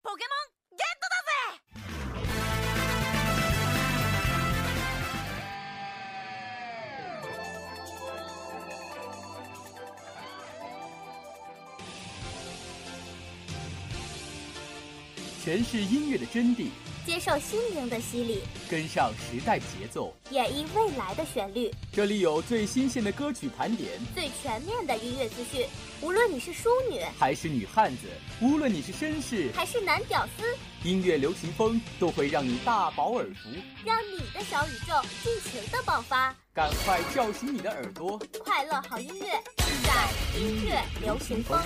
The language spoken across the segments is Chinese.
ポケモンゲットだぜ！ 诠释音乐的真谛， 接受心灵的洗礼， 跟上时代节奏， 演绎未来的旋律。 这里有最新鲜的歌曲盘点， 最全面的音乐资讯。无论你是淑女还是女汉子，无论你是绅士还是男屌丝， 音乐流行风都会让你大饱耳福， 让你的小宇宙尽情的爆发。 赶快叫醒你的耳朵， 快乐好音乐在音乐流行风。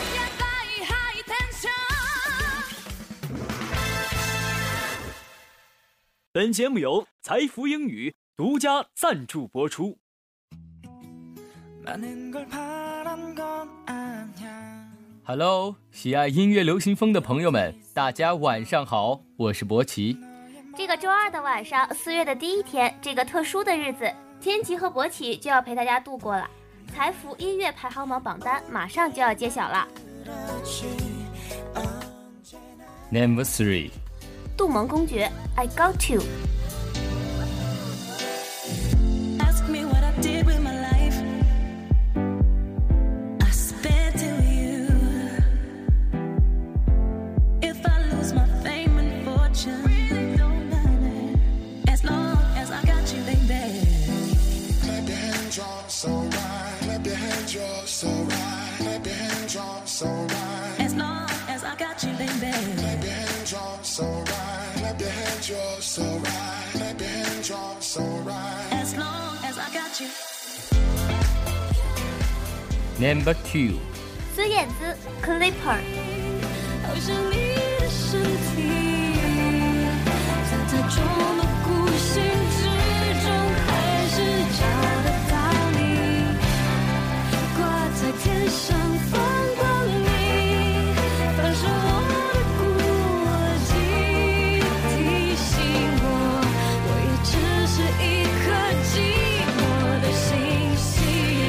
本节目由财富英语独家赞助播出。 Hello， 喜爱音乐流行风的朋友们，大家晚上好，我是博奇。 这个周二的晚上，4月的第一天，这个特殊的日子，天琪和博奇就要陪大家度过了。财富音乐排行榜榜单马上就要揭晓了。 Number 3， 杜蒙公爵 I Got You。 Ask me what I did with my life. I spent to you. If I lose my fame and fortune, really don't matter. As long as I got you, baby. Clap your hands, you're so right. Clap your hands, you're so right. Clap your hands, you're so right. As long as I got you, baby. Clap your hands, you're so right. Clap your hands, you're so right. Clap your hands, you're so right. As long as I got you. Number 2， 孙燕姿 Clipper。 好像你的身体藏在众多孤星之中，还是找得到你，挂在天上放光明，反射我的孤寂，提醒我也只是一颗寂寞的星星。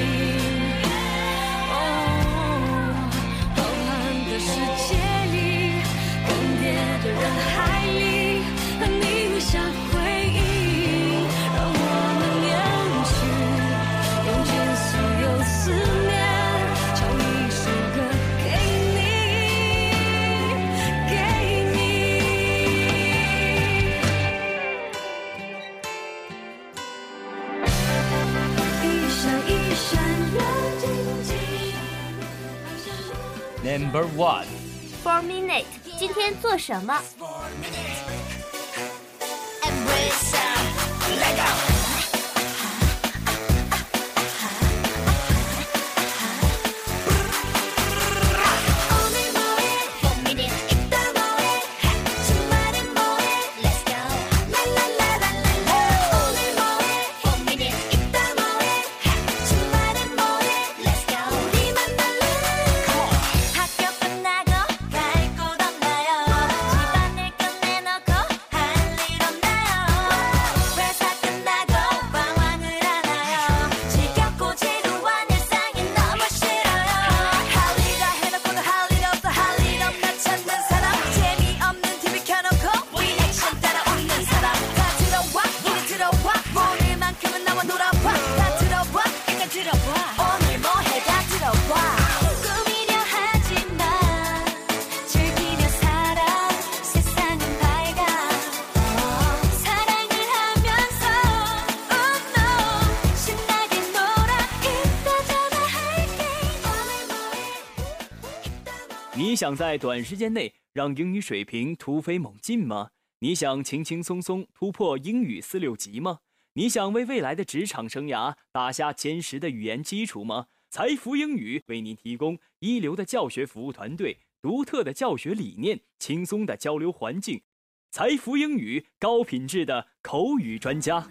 浩瀚的世界里，更迭的人海里，和你互相回应，让我们远去，用尽所有思念，唱一首歌给你，给你。一闪一闪亮晶晶。 Number 1， 4 Minute， 今天做什么？ 你想在短时间内让英语水平突飞猛进吗？你想轻轻松松突破英语4-6级吗？你想为未来的职场生涯打下坚实的语言基础吗？财富英语为您提供一流的教学服务团队、独特的教学理念、轻松的交流环境。财富英语高品质的口语专家。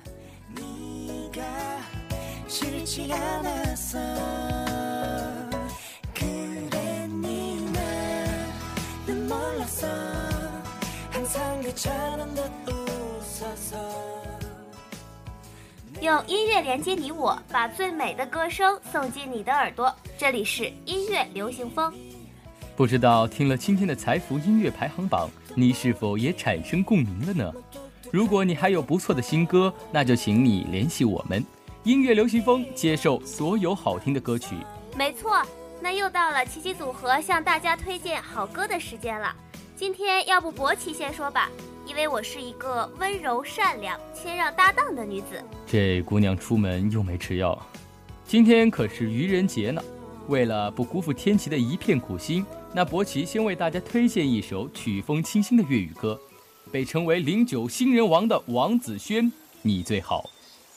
用音乐连接你我，把最美的歌声送进你的耳朵。这里是音乐流行风。 不知道听了今天的财富音乐排行榜，你是否也产生共鸣了呢？如果你还有不错的新歌，那就请你联系我们，音乐流行风接受所有好听的歌曲。 没错，那又到了奇奇组合向大家推荐好歌的时间了。今天要不博奇先说吧，因为我是一个温柔善良谦让搭档的女子。 这姑娘出门又没吃药，今天可是愚人节呢。为了不辜负天琪的一片苦心，那博奇先为大家推荐一首曲风清新的粤语歌，被称为09新人王的王子轩，你最好。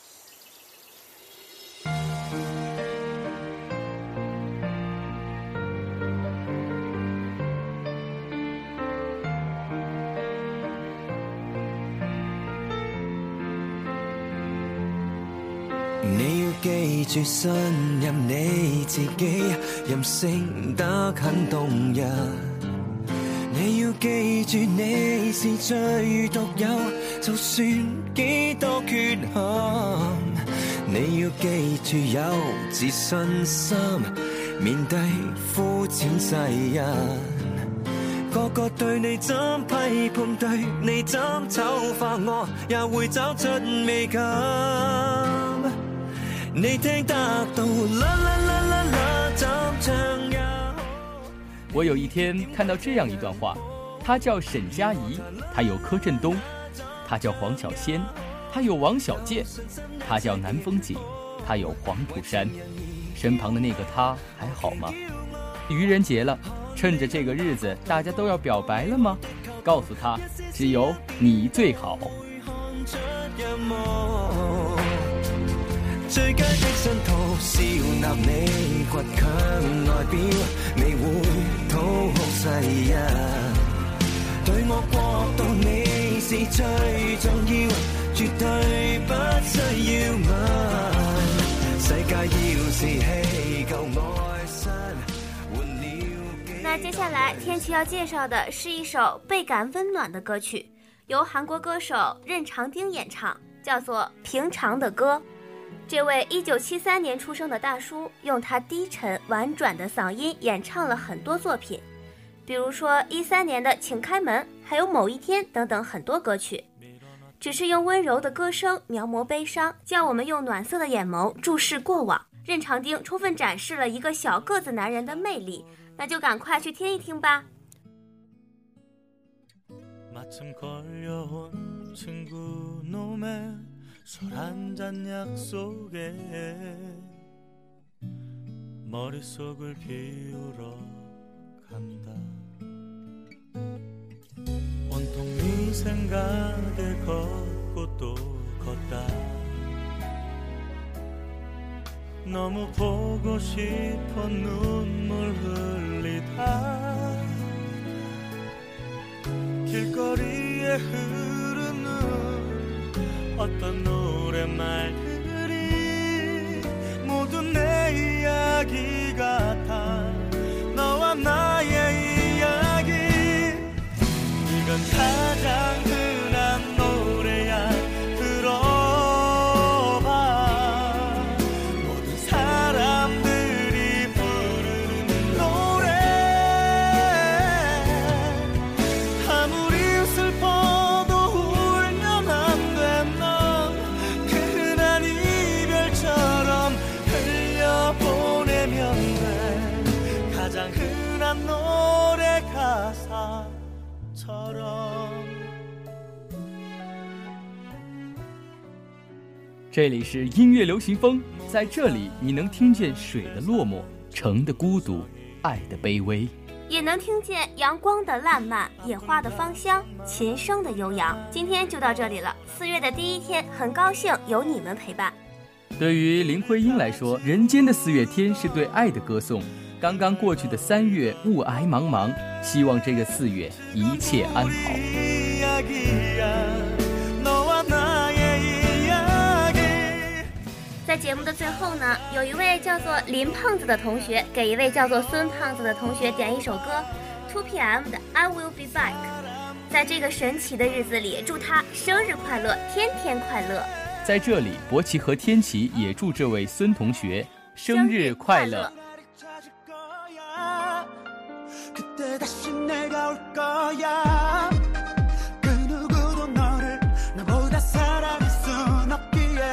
你要記住信任你自己，任性得很動人。你要記住你是最獨有，就算幾多缺陷。你要記住有自信心，面對膚淺世人。個個對你怎批判，對你怎醜化，我也會找出美感。你聽得到啦啦啦啦啦，怎唱也好。 我有一天看到這樣一段話，她叫沈佳宜，她有柯震東，她叫黃小仙，她有王小賤，她叫南風景，她有黃浦山。身旁的那個她還好嗎？愚人節了，趁着這個日子，大家都要表白了嗎？告訴她，只有你最好。 最佳的信徒笑納你倔強外表，未會討好世人。對我國度你是最重要，絕對不需要問。世界要是氣夠愛心，換了。 那接下來天琪要介紹的是一首倍感溫暖的歌曲，由韓國歌手任長丁演唱，叫做《平常的歌》。这位1973年出生的大叔，用他低沉婉转的嗓音演唱了很多作品，比如说13年的《請開門》，還有《某一天》等等很多歌曲。只是用溫柔的歌聲描摹悲傷，叫我們用暖色的眼眸注視過往。任長丁充分展示了一個小個子男人的魅力，那就趕快去聽一聽吧。 술 한잔 약속에 머릿속을 비우러 간다. 온통 네 생각에 걷고 또 걷다. 너무 보고 싶어 눈물 흘리다. 길거리에 흐르는 어떤 노랫말들이 모두 내 이야기 같아. 너와 나의 이야기. 이건 가장 흔한 노래야. 들어봐. 모든 사람들이 부르는 노래. 아무리 슬퍼도 울면 안 돼. 보내면 돼. 가장 흔한 노래 가사처럼. 这里是音乐流行风，在这里你能听见水的落寞，城的孤独，爱的卑微， 也能听见阳光的烂漫，野花的芳香，琴声的悠扬。今天就到这里了，4月的第一天，很高兴有你们陪伴。 对于林徽因来说，人间的4月天是对爱的歌颂。刚刚过去的3月，雾霭茫茫，希望这个4月一切安好。 在节目的最后呢，有一位叫做林胖子的同学给一位叫做孙胖子的同学点一首歌 2PM 的 I Will Be Back。 在这个神奇的日子里，祝他生日快乐，天天快乐。 在这里，博奇和天琪也祝这位孙同学生日快乐。 그때 거야 그 누구도 너를 나보다 사랑할 순 없기에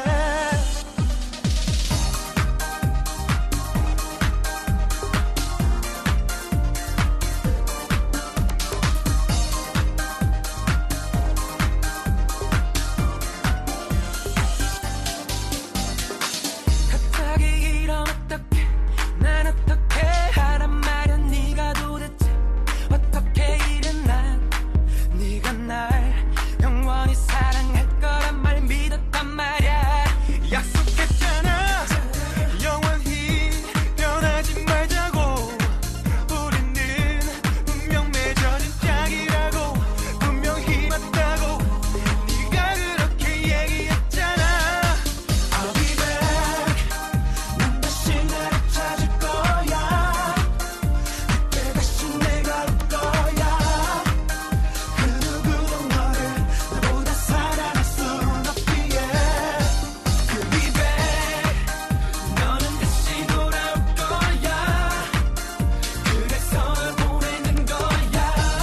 갑자기 이러면 어떡해 난 어떻게 하란 말이야 네가 도대체 어떻게 이른 난 네가 날 영원히 사랑할 거란 말 믿었단 말이야 약속했잖아 영원히 변하지 말자고 우리는 분명 맺어진 짝이라고 분명히 맞다고 네가 그렇게 얘기했잖아 I'll be back 난 다시 나를 찾을 거야 그때 다시 내가 올 거야 그 누구도 너를 나보다 사랑할 순 없기에 I'll be back 너는 다시 돌아올 거야 그래서 널 보내는 거야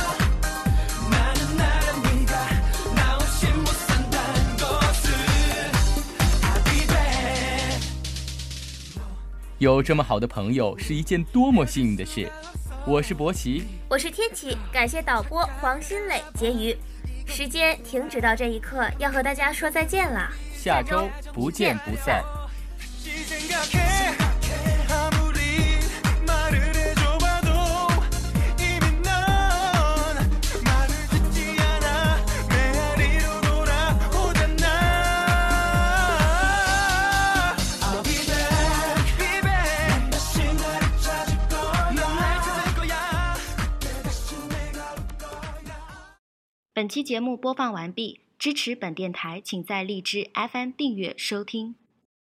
나는 네가 나 없이 못 산다는 것을 I'll be back 有这么好的朋友是一件多么幸运的事。我是博奇， 我是天启，感谢导播黄新磊、婕妤。时间停止到这一刻，要和大家说再见了。 下周不见不散。 다시 생각해 아무리 말을 해줘봐도 이미 넌 말을 듣지 않아 메아리로 돌아오잖아 I'll be back 난 다시 나를 찾을 거야 넌 날 찾을 거야 그때 다시 내가 올 거야 本期节目播放完毕，支持本电台，请在荔枝 FM 订阅收听。